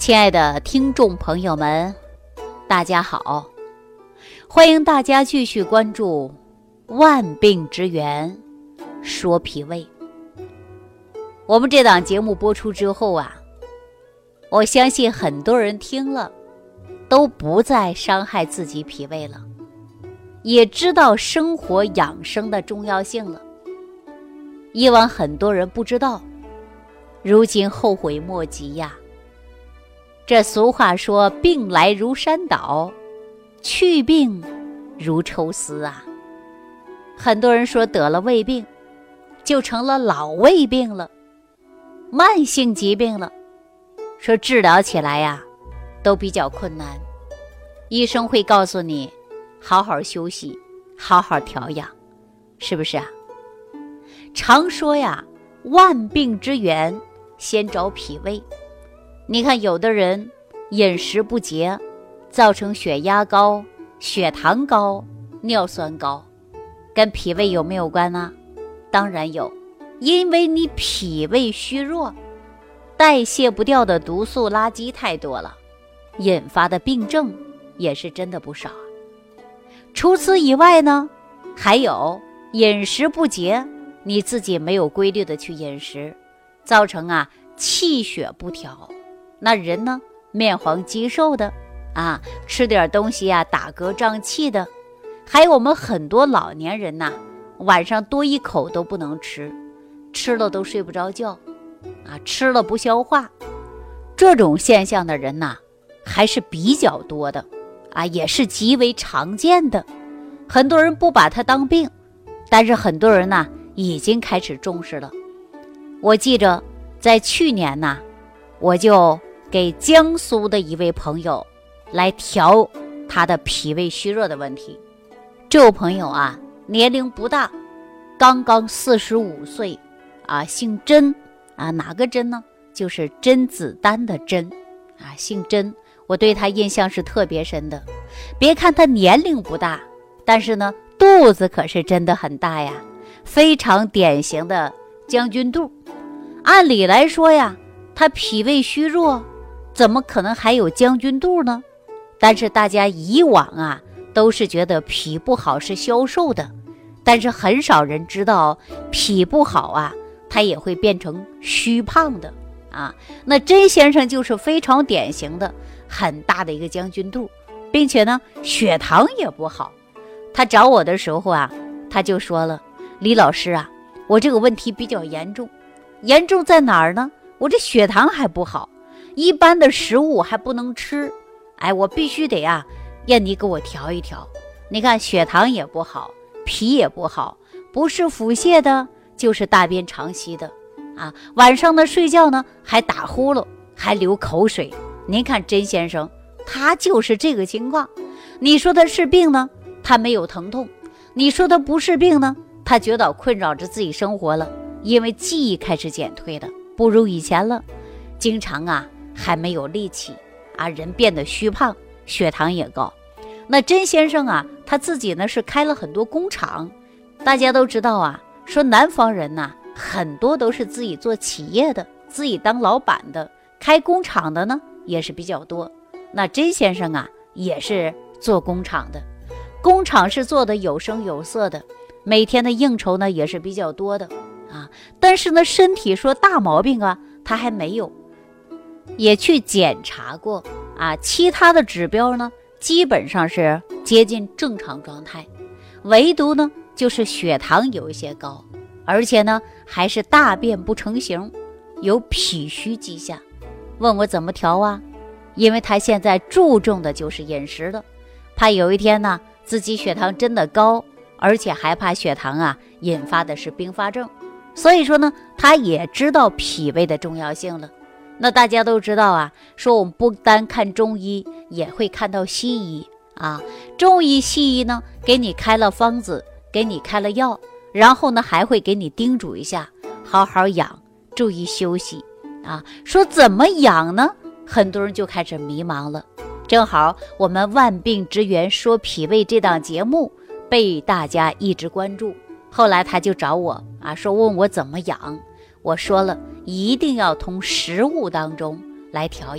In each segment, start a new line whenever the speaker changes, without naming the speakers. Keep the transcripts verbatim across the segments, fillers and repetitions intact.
亲爱的听众朋友们，大家好，欢迎大家继续关注万病之源说脾胃。我们这档节目播出之后啊，我相信很多人听了都不再伤害自己脾胃了，也知道生活养生的重要性了。以往很多人不知道，如今后悔莫及呀。这俗话说，病来如山倒，去病如抽丝啊。很多人说得了胃病就成了老胃病了，慢性疾病了，说治疗起来呀都比较困难。医生会告诉你好好休息，好好调养，是不是啊？常说呀，万病之源先找脾胃。你看有的人饮食不节，造成血压高、血糖高、尿酸高，跟脾胃有没有关呢？当然有，因为你脾胃虚弱，代谢不掉的毒素垃圾太多了，引发的病症也是真的不少。除此以外呢，还有饮食不节，你自己没有规律的去饮食，造成啊气血不调，那人呢面黄肌瘦的啊，吃点东西啊打嗝胀气的，还有我们很多老年人呐、啊，晚上多一口都不能吃，吃了都睡不着觉啊，吃了不消化，这种现象的人呐、啊、还是比较多的啊，也是极为常见的。很多人不把它当病，但是很多人呢、啊、已经开始重视了。我记着在去年呢、啊，我就给江苏的一位朋友来调他的脾胃虚弱的问题。这位朋友啊，年龄不大，刚刚四十五岁啊，姓甄啊，哪个甄呢？就是甄子丹的甄啊，姓甄。我对他印象是特别深的。别看他年龄不大，但是呢，肚子可是真的很大呀，非常典型的将军肚。按理来说呀，他脾胃虚弱，怎么可能还有将军肚呢？但是大家以往啊都是觉得脾不好是消瘦的，但是很少人知道脾不好啊它也会变成虚胖的啊。那甄先生就是非常典型的很大的一个将军肚，并且呢血糖也不好。他找我的时候啊，他就说了，李老师啊，我这个问题比较严重。严重在哪儿呢？我这血糖还不好，一般的食物还不能吃，哎，我必须得啊，让你给我调一调。你看血糖也不好，脾也不好，不是腹泻的，就是大便长稀的啊。晚上呢睡觉呢还打呼噜，还流口水。您看甄先生，他就是这个情况。你说他是病呢，他没有疼痛；你说他不是病呢，他觉得困扰着自己生活了，因为记忆开始减退了，不如以前了，经常啊还没有力气啊，人变得虚胖，血糖也高。那甄先生啊，他自己呢是开了很多工厂。大家都知道啊，说南方人呐、啊，很多都是自己做企业的，自己当老板的，开工厂的呢也是比较多。那甄先生啊也是做工厂的，工厂是做的有声有色的，每天的应酬呢也是比较多的啊。但是呢身体说大毛病啊他还没有，也去检查过啊，其他的指标呢基本上是接近正常状态，唯独呢就是血糖有一些高，而且呢还是大便不成形，有脾虚迹象。问我怎么调啊？因为他现在注重的就是饮食了，怕有一天呢自己血糖真的高，而且还怕血糖啊引发的是并发症，所以说呢他也知道脾胃的重要性了。那大家都知道啊，说我们不单看中医，也会看到西医啊。中医西医呢给你开了方子，给你开了药，然后呢还会给你叮嘱一下好好养，注意休息啊。说怎么养呢？很多人就开始迷茫了。正好我们万病之源说脾胃这档节目被大家一直关注，后来他就找我啊，说问我怎么养。我说了，一定要从食物当中来调养，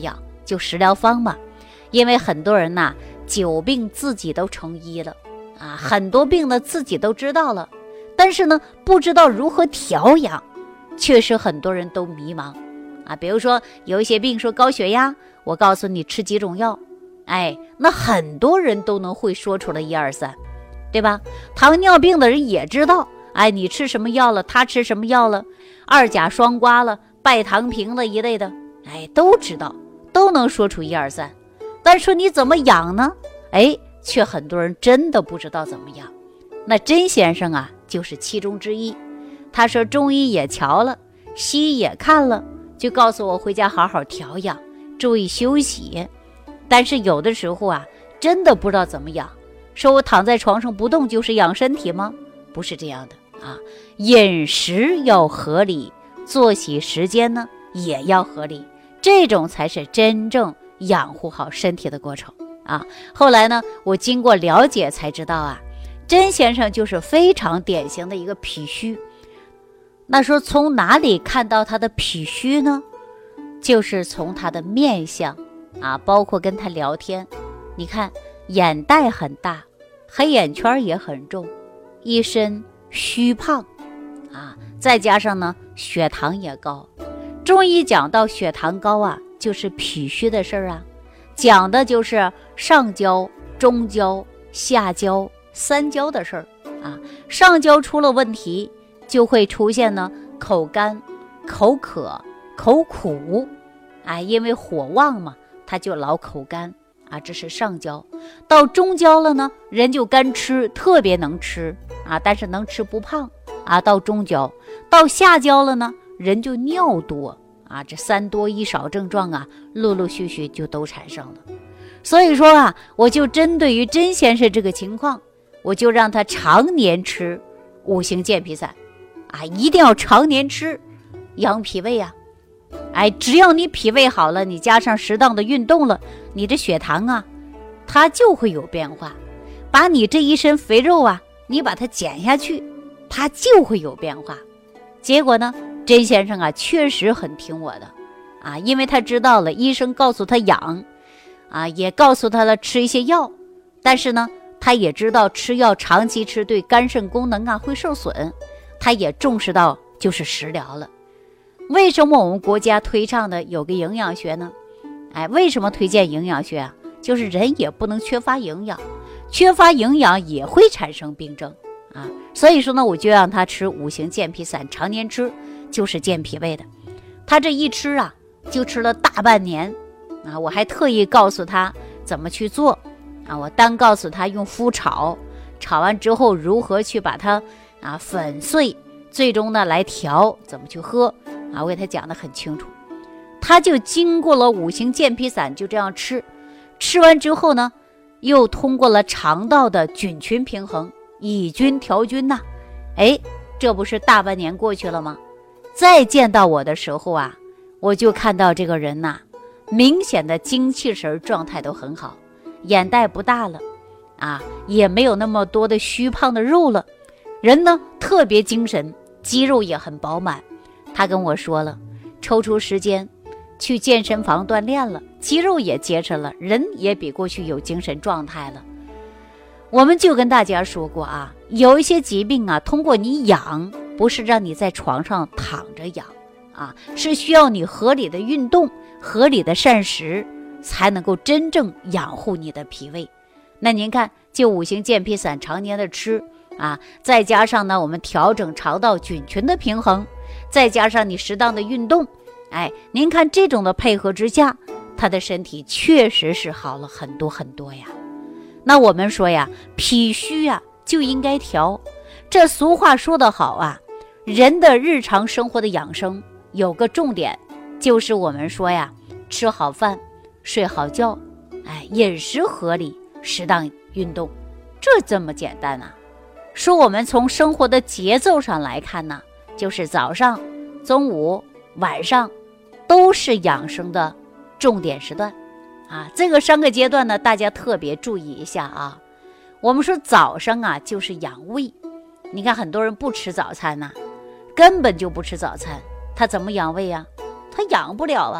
就食疗方嘛。因为很多人呐，久病自己都成医了啊，很多病呢自己都知道了，但是呢不知道如何调养，确实很多人都迷茫啊。比如说有一些病说高血压，我告诉你吃几种药，哎，那很多人都能会说出来一二三，对吧？糖尿病的人也知道，哎，你吃什么药了，他吃什么药了，二甲双胍了，拜糖平了一类的，哎，都知道，都能说出一二三。但说你怎么养呢？哎，却很多人真的不知道怎么养。那甄先生啊，就是其中之一。他说中医也瞧了，西医也看了，就告诉我回家好好调养，注意休息。但是有的时候啊，真的不知道怎么养。说我躺在床上不动就是养身体吗？不是这样的啊，饮食要合理，作息时间呢也要合理，这种才是真正养护好身体的过程啊。后来呢，我经过了解才知道啊，甄先生就是非常典型的一个脾虚。那说从哪里看到他的脾虚呢？就是从他的面相啊，包括跟他聊天，你看眼袋很大，黑眼圈也很重，一身虚胖啊，再加上呢血糖也高。中医讲到血糖高啊，就是脾虚的事儿啊，讲的就是上焦、中焦、下焦三焦的事儿啊。上焦出了问题，就会出现呢口干、口渴、口苦，哎，因为火旺嘛，他就老口干啊，这是上焦。到中焦了呢，人就干吃，特别能吃啊，但是能吃不胖啊，到中焦。到下焦了呢，人就尿多啊，这三多一少症状啊，陆陆续续就都产生了。所以说啊，我就针对于甄先生这个情况，我就让他常年吃五行健脾散啊，一定要常年吃，养脾胃啊。哎，只要你脾胃好了，你加上适当的运动了，你这血糖啊，它就会有变化。把你这一身肥肉啊，你把它减下去，它就会有变化。结果呢，甄先生啊，确实很听我的啊，因为他知道了，医生告诉他养啊，也告诉他了吃一些药，但是呢，他也知道吃药长期吃对肝肾功能啊会受损，他也重视到就是食疗了。为什么我们国家推倡的有个营养学呢？哎，为什么推荐营养学啊？就是人也不能缺乏营养，缺乏营养也会产生病症啊。所以说呢，我就让他吃五行健脾散，常年吃，就是健脾胃的。他这一吃啊，就吃了大半年啊。我还特意告诉他怎么去做啊，我单告诉他用麸炒，炒完之后如何去把它啊粉碎，最终呢来调，怎么去喝啊，我给他讲得很清楚。他就经过了五行健脾散，就这样吃，吃完之后呢，又通过了肠道的菌群平衡，以菌调菌呐、啊，哎，这不是大半年过去了吗？再见到我的时候啊，我就看到这个人呐、啊，明显的精气神状态都很好，眼袋不大了啊，也没有那么多的虚胖的肉了，人呢特别精神，肌肉也很饱满。他跟我说了，抽出时间去健身房锻炼了，肌肉也结实了，人也比过去有精神状态了。我们就跟大家说过啊，有一些疾病啊，通过你养，不是让你在床上躺着养啊，是需要你合理的运动，合理的膳食，才能够真正养护你的脾胃。那您看，就五行健脾散常年的吃啊，再加上呢，我们调整肠道菌群的平衡，再加上你适当的运动，哎，您看这种的配合之下，他的身体确实是好了很多很多呀。那我们说呀，脾虚啊就应该调。这俗话说得好啊，人的日常生活的养生有个重点，就是我们说呀，吃好饭，睡好觉，哎，饮食合理，适当运动，这这么简单啊。说我们从生活的节奏上来看呢，就是早上、中午、晚上都是养生的重点时段啊。这个三个阶段呢，大家特别注意一下啊。我们说早上啊，就是养胃。你看很多人不吃早餐呐、啊，根本就不吃早餐，他怎么养胃啊？他养不了啊。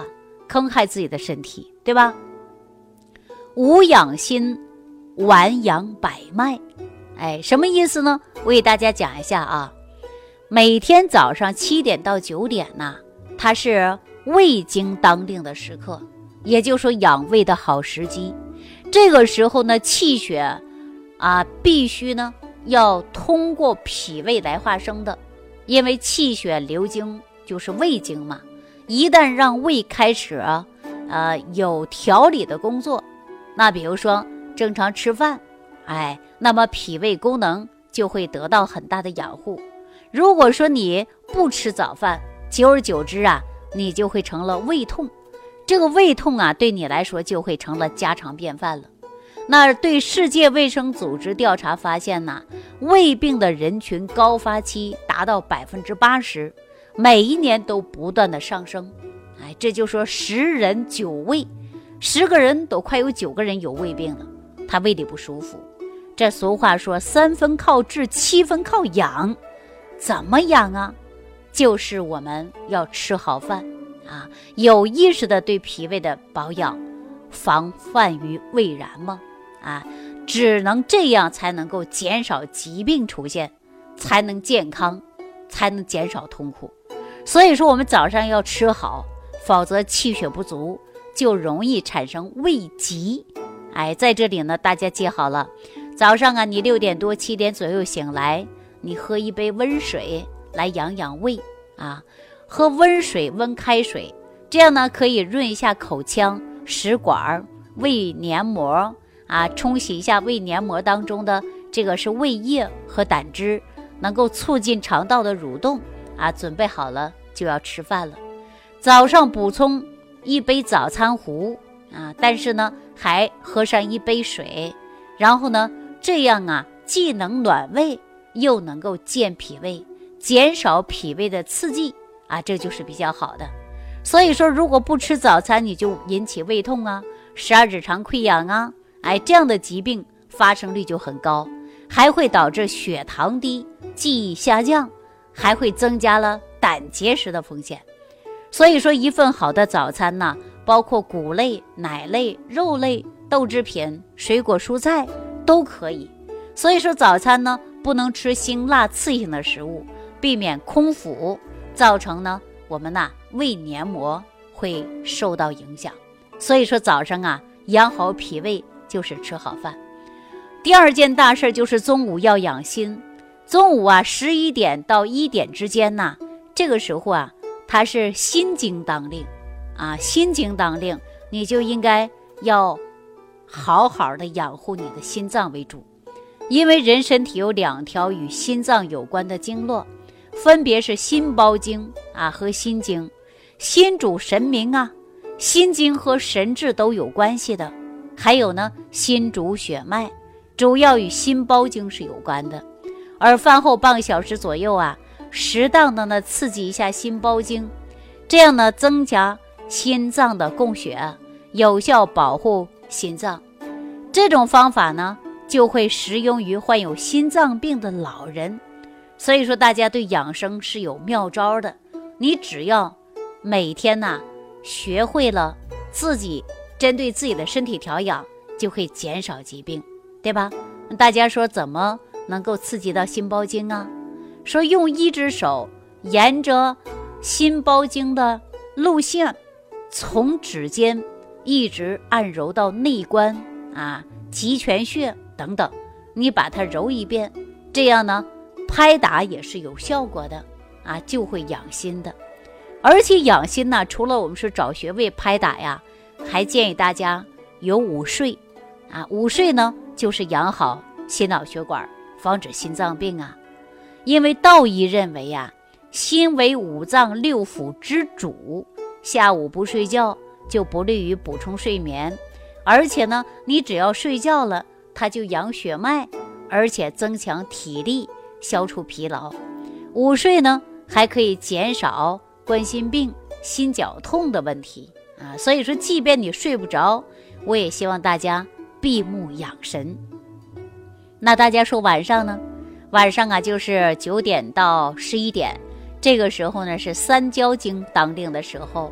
坑害自己的身体，对吧？无养心，顽养百脉。哎，什么意思呢？我给大家讲一下啊。每天早上七点到九点呢，它是胃经当令的时刻，也就是说养胃的好时机。这个时候呢，气血啊必须呢要通过脾胃来化生的，因为气血流经就是胃经嘛。一旦让胃开始啊呃有条理的工作，那比如说正常吃饭，哎，那么脾胃功能就会得到很大的养护。如果说你不吃早饭，久而久之啊，你就会成了胃痛。这个胃痛啊，对你来说就会成了家常便饭了。那对世界卫生组织调查发现呢，胃病的人群高发期达到百分之八十，每一年都不断的上升。哎，这就说十人九胃，十个人都快有九个人有胃病了，他胃里不舒服。这俗话说三分靠治，七分靠养。怎么养啊？就是我们要吃好饭啊，有意识的对脾胃的保养，防范于未然嘛。啊，只能这样才能够减少疾病出现，才能健康，才能减少痛苦。所以说我们早上要吃好，否则气血不足就容易产生胃疾。哎，在这里呢，大家记好了，早上啊，你六点多七点左右醒来，你喝一杯温水来养养胃啊，喝温水温开水，这样呢可以润一下口腔、食管、胃黏膜啊，冲洗一下胃黏膜当中的这个是胃液和胆汁，能够促进肠道的蠕动啊。准备好了就要吃饭了，早上补充一杯早餐壶啊，但是呢还喝上一杯水，然后呢这样啊既能暖胃又能够健脾胃，减少脾胃的刺激啊，这就是比较好的。所以说如果不吃早餐，你就引起胃痛啊、十二指肠溃疡啊，哎，这样的疾病发生率就很高，还会导致血糖低、记忆下降，还会增加了胆结石的风险。所以说一份好的早餐呢，包括谷类、奶类、肉类、豆制品、水果蔬菜都可以。所以说早餐呢不能吃辛辣刺性的食物，避免空腹，造成呢我们呐、啊、胃黏膜会受到影响。所以说早上啊养好脾胃就是吃好饭。第二件大事就是中午要养心。中午啊十一点到一点之间呢，这个时候啊它是心经当令啊，心经当令，你就应该要好好的养护你的心脏为主。因为人身体有两条与心脏有关的经络，分别是心包经啊和心经。心主神明啊，心经和神志都有关系的。还有呢，心主血脉，主要与心包经是有关的。而饭后半个小时左右啊，适当的呢刺激一下心包经，这样呢增加心脏的供血，有效保护心脏。这种方法呢就会适用于患有心脏病的老人。所以说大家对养生是有妙招的，你只要每天呢、啊、学会了自己针对自己的身体调养，就会减少疾病，对吧？大家说怎么能够刺激到心包经啊？说用一只手沿着心包经的路线，从指尖一直按揉到内关啊、极泉穴等等，你把它揉一遍，这样呢拍打也是有效果的啊，就会养心的。而且养心呢，除了我们是找穴位拍打呀，还建议大家有午睡啊。午睡呢就是养好心脑血管，防止心脏病啊。因为道医认为啊，心为五脏六腑之主，下午不睡觉就不利于补充睡眠，而且呢你只要睡觉了，它就养血脉，而且增强体力，消除疲劳。午睡呢还可以减少冠心病、心绞痛的问题啊。所以说即便你睡不着，我也希望大家闭目养神。那大家说晚上呢？晚上啊就是九点到十一点，这个时候呢是三焦经当令的时候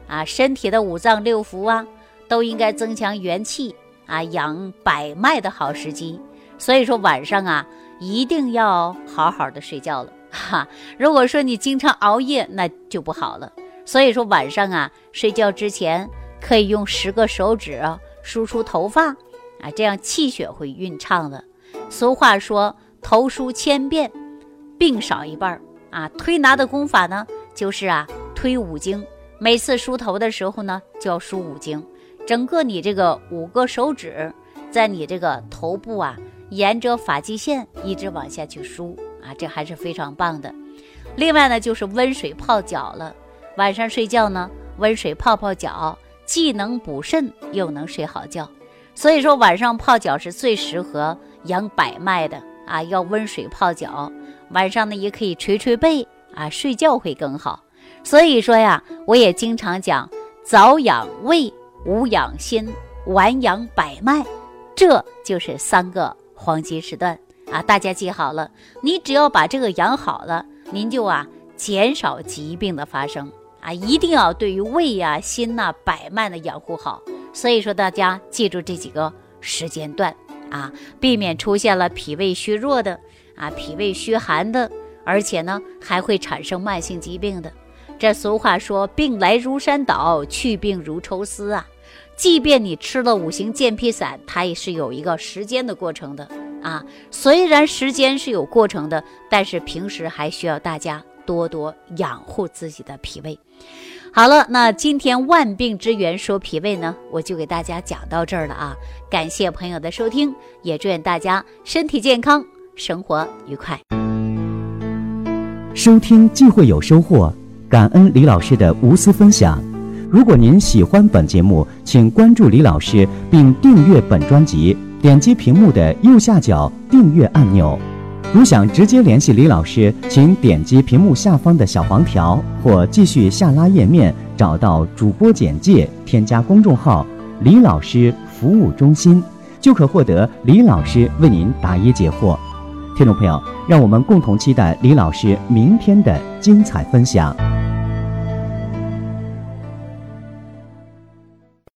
啊，身体的五脏六腑啊，都应该增强元气啊，养百脉的好时机。所以说晚上啊，一定要好好的睡觉了哈。如果说你经常熬夜，那就不好了。所以说晚上啊，睡觉之前可以用十个手指啊梳梳头发啊，这样气血会运畅了。俗话说头梳千遍，病少一半啊。推拿的功法呢，就是啊推五经，每次梳头的时候呢，就要梳五经，整个你这个五个手指在你这个头部啊，沿着发际线一直往下去梳啊，这还是非常棒的。另外呢，就是温水泡脚了。晚上睡觉呢，温水泡泡脚，既能补肾，又能睡好觉。所以说晚上泡脚是最适合养百脉的啊，要温水泡脚。晚上呢，也可以捶捶背啊，睡觉会更好。所以说呀，我也经常讲，早养胃，午养心，晚养百脉，这就是三个黄金时段啊，大家记好了。你只要把这个养好了，您就啊减少疾病的发生啊，一定要对于胃呀、心呐、百脉的养护好。所以说大家记住这几个时间段啊，避免出现了脾胃虚弱的啊、脾胃虚寒的，而且呢还会产生慢性疾病的。这俗话说病来如山倒，去病如抽丝啊。即便你吃了五行健脾散，它也是有一个时间的过程的啊。虽然时间是有过程的，但是平时还需要大家多多养护自己的脾胃。好了，那今天万病之源说脾胃呢，我就给大家讲到这儿了啊。感谢朋友的收听，也祝愿大家身体健康，生活愉快。
收听既会有收获，感恩李老师的无私分享。如果您喜欢本节目，请关注李老师并订阅本专辑，点击屏幕的右下角订阅按钮。如想直接联系李老师，请点击屏幕下方的小黄条，或继续下拉页面找到主播简介，添加公众号李老师服务中心，就可获得李老师为您答疑解惑。听众朋友，让我们共同期待李老师明天的精彩分享。